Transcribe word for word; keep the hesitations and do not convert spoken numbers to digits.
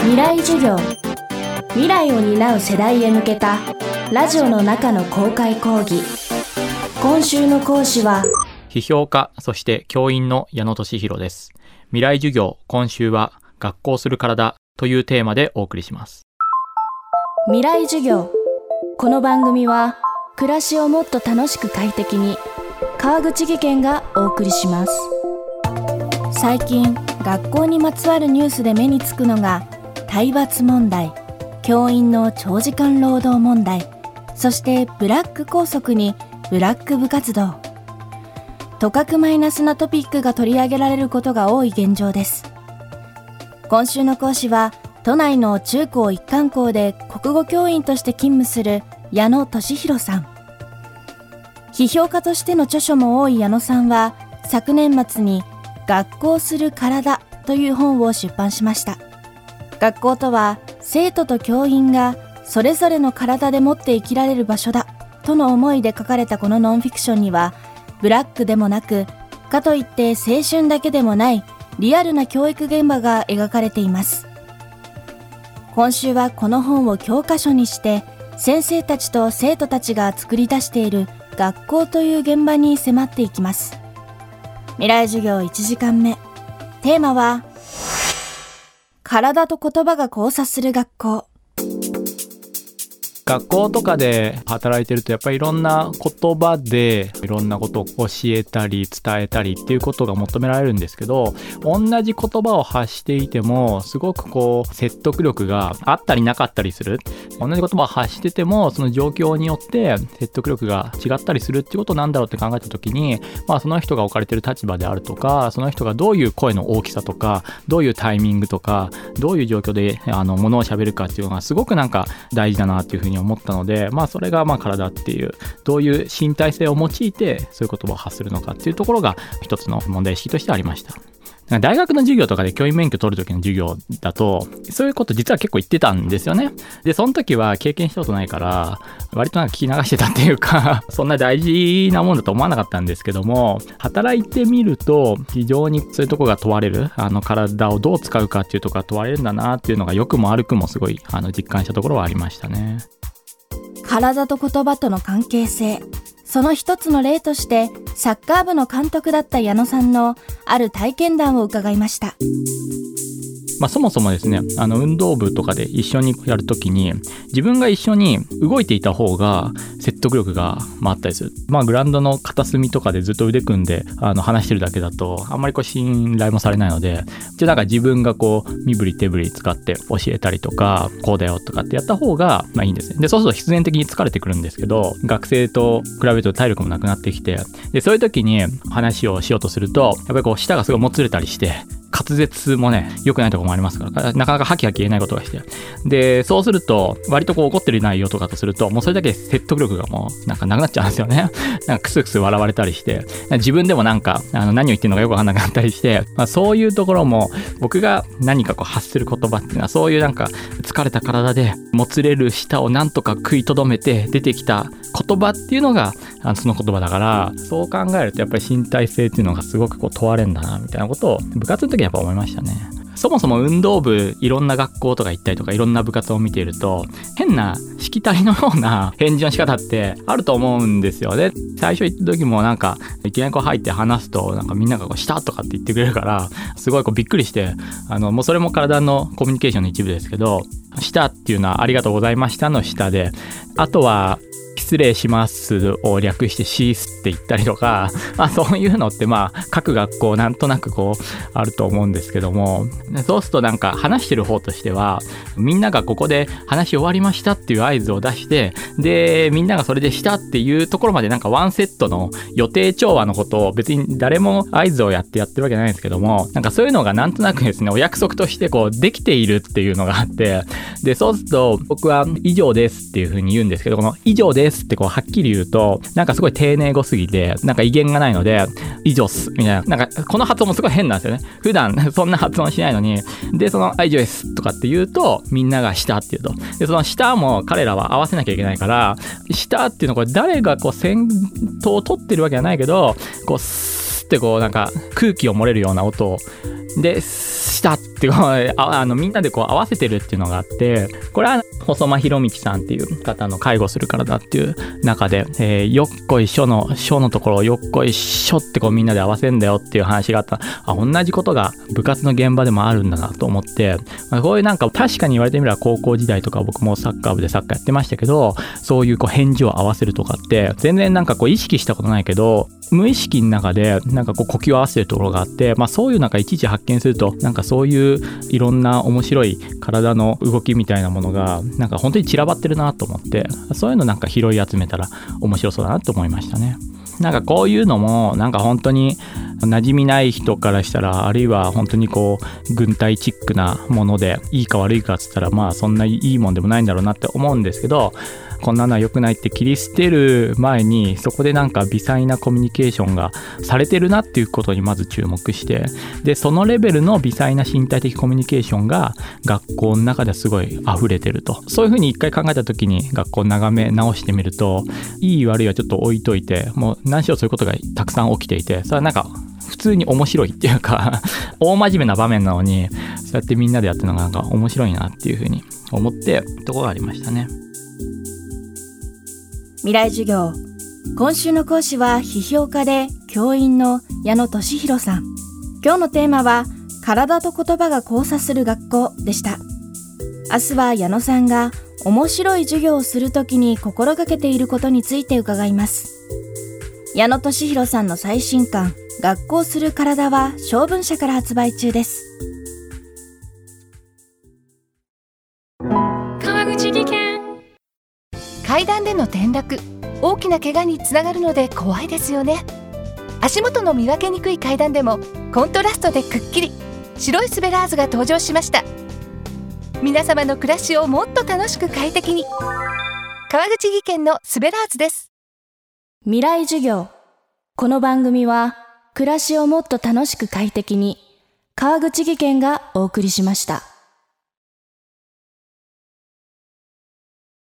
未来授業、未来を担う世代へ向けたラジオの中の公開講義。今週の講師は批評家、そして教員の矢野俊弘です。未来授業、今週は学校する体というテーマでお送りします。 未来授業。この番組は暮らしをもっと楽しく快適に、川口義賢がお送りします。最近学校にまつわるニュースで目につくのが体罰問題、教員の長時間労働問題、そしてブラック校則にブラック部活動。とかくマイナスなトピックが取り上げられることが多い現状です。今週の講師は都内の中高一貫校で国語教員として勤務する矢野俊弘さん。批評家としての著書も多い矢野さんは昨年末に学校する体という本を出版しました。学校とは生徒と教員がそれぞれの体でもって生きられる場所だとの思いで書かれたこのノンフィクションには、ブラックでもなく、かといって青春だけでもないリアルな教育現場が描かれています。今週はこの本を教科書にして先生たちと生徒たちが作り出している学校という現場に迫っていきます。未来授業いちじかんめ、テーマは体と言葉が交差する学校。 学校とかで働いてるとやっぱりいろんな言葉でいろんなことを教えたり伝えたりっていうことが求められるんですけど、同じ言葉を発していてもすごくこう説得力があったりなかったりする。同じ言葉を発しててもその状況によって説得力が違ったりするっていうことなんだろうって考えた時に、まあその人が置かれてる立場であるとか、その人がどういう声の大きさとか、どういうタイミングとか、どういう状況であのものを喋るかっていうのがすごくなんか大事だなっていうふうに思ったので、まあそれがまあ体っていうどういう身体性を用いてそういう言葉を発するのかっていうところが一つの問題意識としてありました。大学の授業とかで教員免許取る時の授業だとそういうこと実は結構言ってたんですよね。でその時は経験したことないから割となんか聞き流してたっていうかそんな大事なもんだと思わなかったんですけども、働いてみると非常にそういうところが問われる、あの体をどう使うかっていうところが問われるんだなっていうのが良くも悪くもすごいあの実感したところはありましたね。 体と言葉との関係性、その一つの例としてサッカー部の監督だった矢野さんのある体験談を伺いました。 まあ、そもそもですね、あの運動部とかで一緒にやるときに自分が一緒に動いていた方が説得力があったりする。まあグラウンドの片隅とかでずっと腕組んであの話してるだけだとあんまりこう信頼もされないので、じゃあなんか自分がこう身振り手振り使って教えたりとか、こうだよとかってやった方がまあいいんですね。でそうすると必然的に疲れてくるんですけど、学生と比べると体力もなくなってきて、でそういう時に話をしようとするとやっぱりこう舌がすごいもつれたりして、滑舌もね良くないところもありますから、なかなかハキハキ言えないことがして、でそうすると割とこう怒ってる内容とかとするともうそれだけ説得力がもうなんかなくなっちゃうんですよね。なんかクスクス笑われたりして、自分でもなんかあの何を言ってるのかよくわかんなくなったりして、まあ、そういうところも僕が何かこう発する言葉っていうのはそういうなんか疲れた体でもつれる舌をなんとか食いとどめて出てきた言葉っていうのがあのその言葉だから、そう考えるとやっぱり身体性っていうのがすごくこう問われるんだなみたいなことを部活の時にやっぱ思いましたね。そもそも運動部いろんな学校とか行ったりとかいろんな部活を見ていると変なしきたりのような返事の仕方ってあると思うんですよね。最初行った時もなんかいきなりこう入って話すとなんかみんながこうしたとかって言ってくれるからすごいこうびっくりして、あのもうそれも体のコミュニケーションの一部ですけど、したっていうのはありがとうございましたの下で、あとは失礼しますを略してシースって言ったりとか、まあそういうのってまあ各学校なんとなくこうあると思うんですけども、そうするとなんか話してる方としてはみんながここで話終わりましたっていう合図を出して、でみんながそれでしたっていうところまでなんかワンセットの予定調和のことを別に誰も合図をやってやってるわけじゃないんですけども、なんかそういうのがなんとなくですねお約束としてこうできているっていうのがあって、でそうすると僕は以上ですっていう風に言うんですけど、この以上ですってこうはっきり言うとなんかすごい丁寧語すぎてなんか威厳がないので以上っすみたいな、なんかこの発音もすごい変なんですよね。普段そんな発音しないのに、でその以上ですとかって言うとみんながしたって言うと、でそのしたも彼らは合わせなきゃいけないから、したっていうのはこれ誰がこう先頭を取ってるわけじゃないけど、こうスッってこうなんか空気を漏れるような音をでしたってってこう あ, あのみんなでこう合わせてるっていうのがあって、これは細間博道さんっていう方の介護する体っていう中で、えー、よっこいしょのしょのところをよっこいしょってこうみんなで合わせんだよっていう話があった。あ、同じことが部活の現場でもあるんだなと思って、まあ、こういうなんか確かに言われてみれば高校時代とか僕もサッカー部でサッカーやってましたけど、そういうこう返事を合わせるとかって全然なんかこう意識したことないけど、無意識の中でなんかこう呼吸を合わせてるところがあって、まあそういうなんかいちいち発見すると、なんかそういういろんな面白い体の動きみたいなものがなんか本当に散らばってるなと思って、そういうのなんか拾い集めたら面白そうだなと思いましたね。なんかこういうのもなんか本当に馴染みない人からしたら、あるいは本当にこう軍隊チックなものでいいか悪いかっつったら、まあそんないいもんでもないんだろうなって思うんですけど、こんなのは良くないって切り捨てる前に、そこでなんか微細なコミュニケーションがされてるなっていうことにまず注目して、でそのレベルの微細な身体的コミュニケーションが学校の中ですごい溢れてると。そういうふうに一回考えた時に学校を眺め直してみると、いい悪いはちょっと置いといて、もう何しろそういうことがたくさん起きていて、それはなんか普通に面白いっていうか大真面目な場面なのに、そうやってみんなでやってるのがなんか面白いなっていうふうに思ってところがありましたね。 未来授業、今週の講師は批評家で教員の矢野俊弘さん。今日のテーマは体と言葉が交差する学校でした。明日は矢野さんが面白い授業をするときに心がけていることについて伺います。矢野俊弘さんの最新刊、学校する体は小文社から発売中です。 川口技研。階段での転落、大きな怪我につながるので怖いですよね。足元の見分けにくい階段でもコントラストでくっきり白いスベラーズが登場しました。皆様の暮らしをもっと楽しく快適に、川口技研のスベラーズです。 未来授業、この番組は暮らしをもっと楽しく快適に、川口技研がお送りしました。